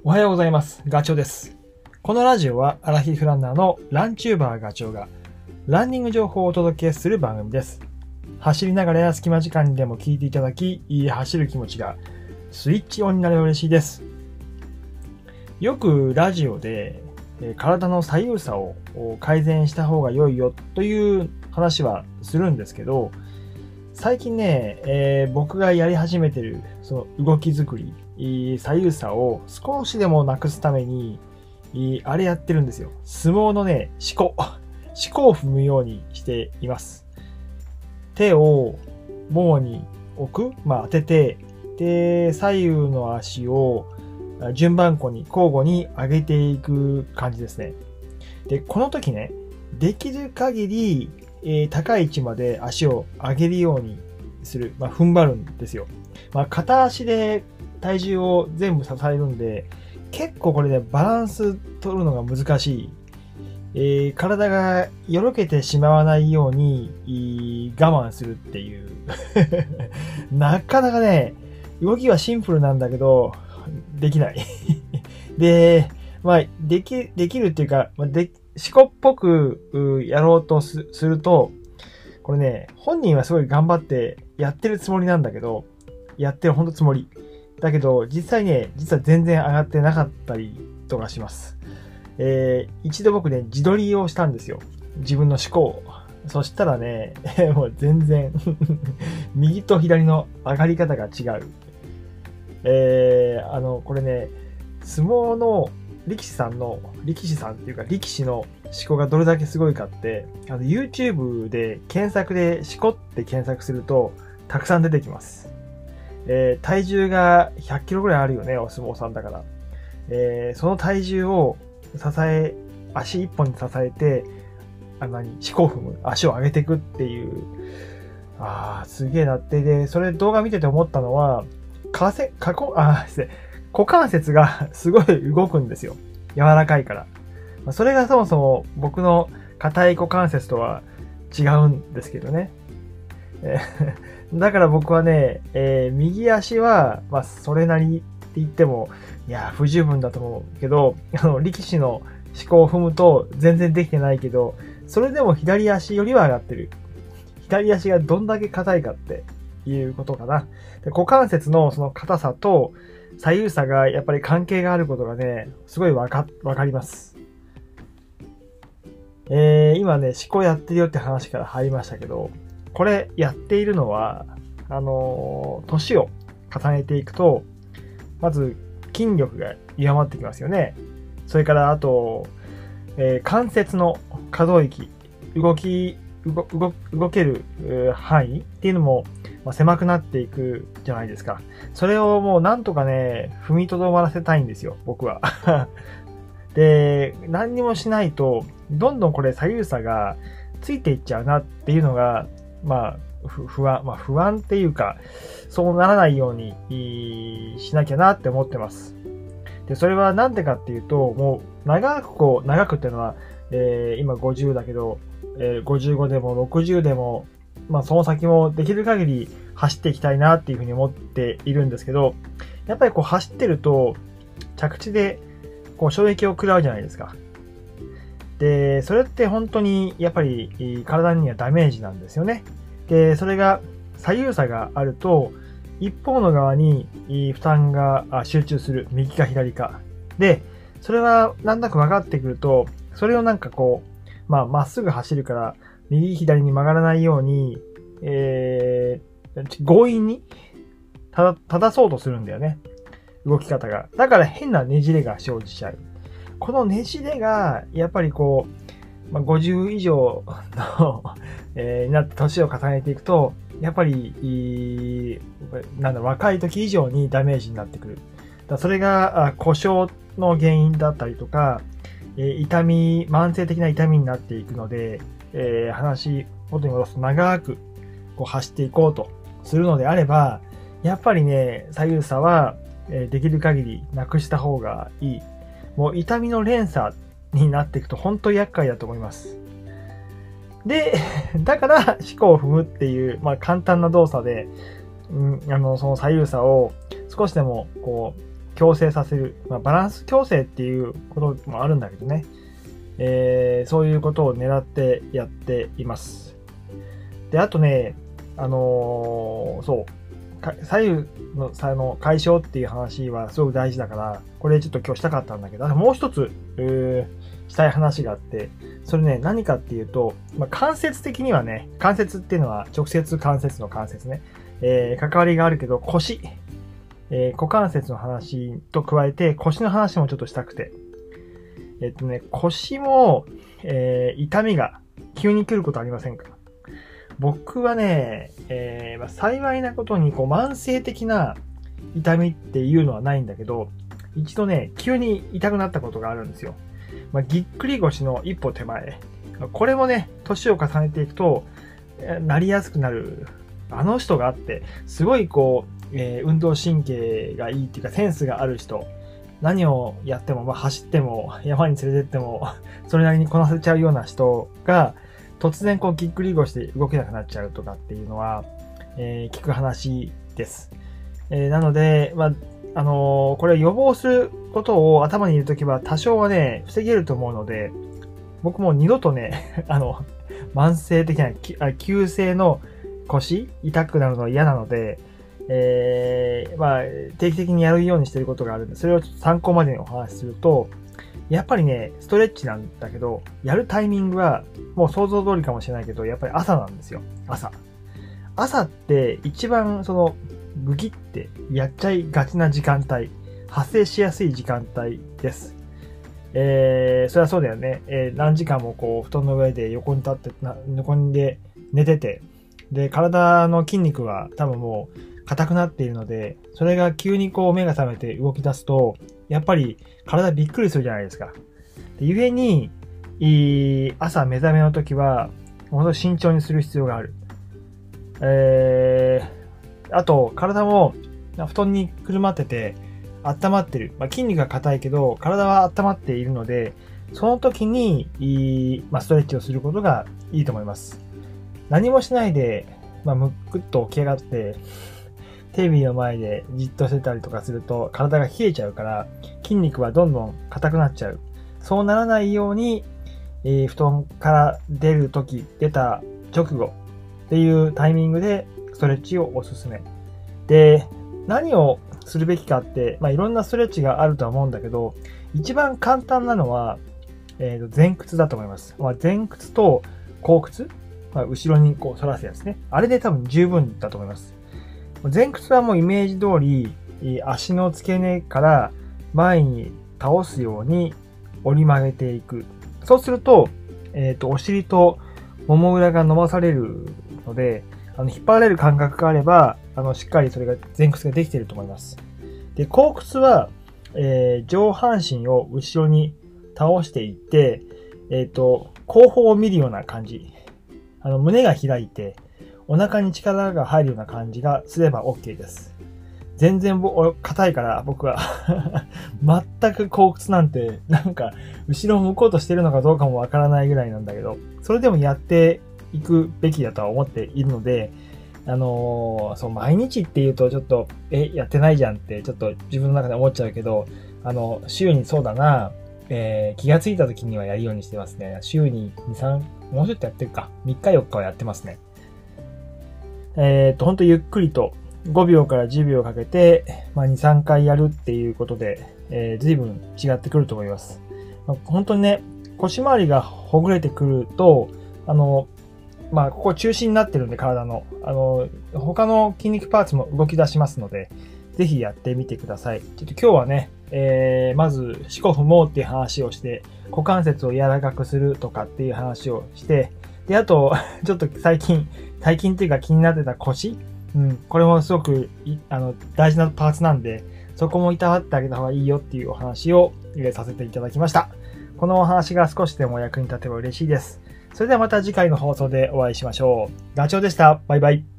おはようございます。ガチョウです。このラジオはアラヒフランナーのランチューバーガチョウがランニング情報をお届けする番組です。走りながらや隙間時間にでも聞いていただき、走る気持ちがスイッチオンになれば嬉しいです。よくラジオで体の左右差を改善した方が良いよという話はするんですけど、最近ね、僕がやり始めてるその動き作り、左右差を少しでもなくすために、あれやってるんですよ。相撲のね、四股を踏むようにしています。手をももに置く、当てて、で、左右の足を順番交互に上げていく感じですね。で、この時ね、できる限り、高い位置まで足を上げるようにする。踏ん張るんですよ。片足で体重を全部支えるんで、結構これね、バランス取るのが難しい。体がよろけてしまわないように我慢するっていう。なかなかね、動きはシンプルなんだけど、できない。で、できるっていうか、四股っぽくやろうとすると、これね、本人はすごい頑張ってやってるつもりなんだけど、やってるほんとつもり。だけど、実は全然上がってなかったりとかします。一度僕ね、自撮りをしたんですよ。自分の思考。そしたらね、もう全然、右と左の上がり方が違う。これね、相撲の力士さんっていうか力士の思考がどれだけすごいかって、YouTube で検索で思考って検索すると、たくさん出てきます。体重が100キロぐらいあるよね、お相撲さんだから。その体重を足一本に支えて、四股踏む、足を上げていくっていう、すげえなって、で、それ動画見てて思ったのは、股関節がすごい動くんですよ。柔らかいから。それがそもそも僕の硬い股関節とは違うんですけどね。だから僕はね、右足は、それなりって言っても、不十分だと思うけど、力士の思考を踏むと全然できてないけど、それでも左足よりは上がってる。左足がどんだけ硬いかっていうことかな。で、股関節のその硬さと左右差がやっぱり関係があることがね、すごいわかります。今ね、思考やってるよって話から入りましたけど、これやっているのは、年を重ねていくと、まず筋力が弱まってきますよね。それからあと、関節の可動域、動ける範囲っていうのも、狭くなっていくじゃないですか。それをもうなんとかね、踏みとどまらせたいんですよ、僕は。で、何にもしないと、どんどんこれ左右差がついていっちゃうなっていうのが、不安っていうか、そうならないようにしなきゃなって思ってます。で、それはなんでかっていうと、もう長くっていうのは、今50だけど、55でも60でも、その先もできる限り走っていきたいなっていうふうに思っているんですけど、やっぱりこう走ってると、着地でこう衝撃を食らうじゃないですか。で、それって本当にやっぱり体にはダメージなんですよね。で、それが左右差があると、一方の側に負担が集中する。右か左か。で、それはなんだか分かってくると、それをなんかこう、まっすぐ走るから、右左に曲がらないように、強引に正そうとするんだよね。動き方が。だから変なねじれが生じちゃう。このねじれが、やっぱりこう、50以上のになって年を重ねていくと、やっぱり、若い時以上にダメージになってくる。それが故障の原因だったりとか、慢性的な痛みになっていくので、話元に戻すと長くこう走っていこうとするのであれば、やっぱりね、左右差はできる限りなくした方がいい。もう痛みの連鎖になっていくと本当に厄介だと思います。で、だから四股を踏むっていう、簡単な動作で、その左右差を少しでもこう矯正させる。バランス矯正っていうこともあるんだけどね。そういうことを狙ってやっています。で、あとね、そう。左右の差の解消っていう話はすごく大事だから、これちょっと今日したかったんだけど、もう一つ、したい話があって、それね、何かっていうと、間接的にはね、関節っていうのは直接関節の関節ね、関わりがあるけど、腰、股関節の話と加えて、腰の話もちょっとしたくて、腰も、痛みが急に来ることありませんか？僕はね、幸いなことに慢性的な痛みっていうのはないんだけど、一度ね、急に痛くなったことがあるんですよ。ぎっくり腰の一歩手前。これもね、年を重ねていくと、なりやすくなる。あの人があって、すごい運動神経がいいっていうか、センスがある人。何をやっても、走っても、山に連れてっても、それなりにこなせちゃうような人が、突然ぎっくり腰で動けなくなっちゃうとかっていうのは、聞く話です。なので、これを予防することを頭に入れとけば多少はね、防げると思うので、僕も二度とね、慢性的な、急性の腰、痛くなるのは嫌なので、定期的にやるようにしていることがあるんで、それを参考までにお話しすると、やっぱりね、ストレッチなんだけど、やるタイミングは、もう想像通りかもしれないけど、やっぱり朝なんですよ。朝って一番グギってやっちゃいがちな時間帯、発生しやすい時間帯です。それはそうだよね。何時間も布団の上で横に立って、横にで寝てて、で、体の筋肉は多分もう硬くなっているので、それが急に目が覚めて動き出すと、やっぱり体びっくりするじゃないですか。で、故に、朝目覚めの時は、本当に慎重にする必要がある。あと、体も布団にくるまってて温まってる。筋肉が硬いけど、体は温まっているので、その時に、ストレッチをすることがいいと思います。何もしないで、むくっと起き上がって、テレビの前でじっとしてたりとかすると体が冷えちゃうから筋肉はどんどん硬くなっちゃう。そうならないように、布団から出た直後っていうタイミングでストレッチをおすすめ。で、何をするべきかって、いろんなストレッチがあるとは思うんだけど、一番簡単なのは、前屈だと思います。前屈と後屈、後ろに反らすやつね。あれで多分十分だと思います。前屈はもうイメージ通り、足の付け根から前に倒すように折り曲げていく。そうすると、お尻ともも裏が伸ばされるので、引っ張られる感覚があれば、しっかりそれが前屈ができていると思います。で、後屈は、上半身を後ろに倒していって、後方を見るような感じ。胸が開いて、お腹に力が入るような感じがすれば OK です。全然硬いから僕は全く後屈なんて後ろを向こうとしてるのかどうかもわからないぐらいなんだけど、それでもやっていくべきだとは思っているので、毎日って言うとちょっとやってないじゃんってちょっと自分の中で思っちゃうけど、週にそうだな、気がついた時にはやるようにしてますね。週に2、3、もうちょっとやってるか。3日4日はやってますね。ほんとゆっくりと5秒から10秒かけて、2、3回やるっていうことで、随分違ってくると思います。本当にね、腰回りがほぐれてくると、ここ中心になってるんで体の、他の筋肉パーツも動き出しますので、ぜひやってみてください。ちょっと今日はね、まず、四股不毛っていう話をして、股関節を柔らかくするとかっていう話をして、で、あと、ちょっと最近っていうか気になってた腰、これもすごく、大事なパーツなんで、そこもいたわってあげた方がいいよっていうお話をさせていただきました。このお話が少しでも役に立てば嬉しいです。それではまた次回の放送でお会いしましょう。ガチョウでした。バイバイ。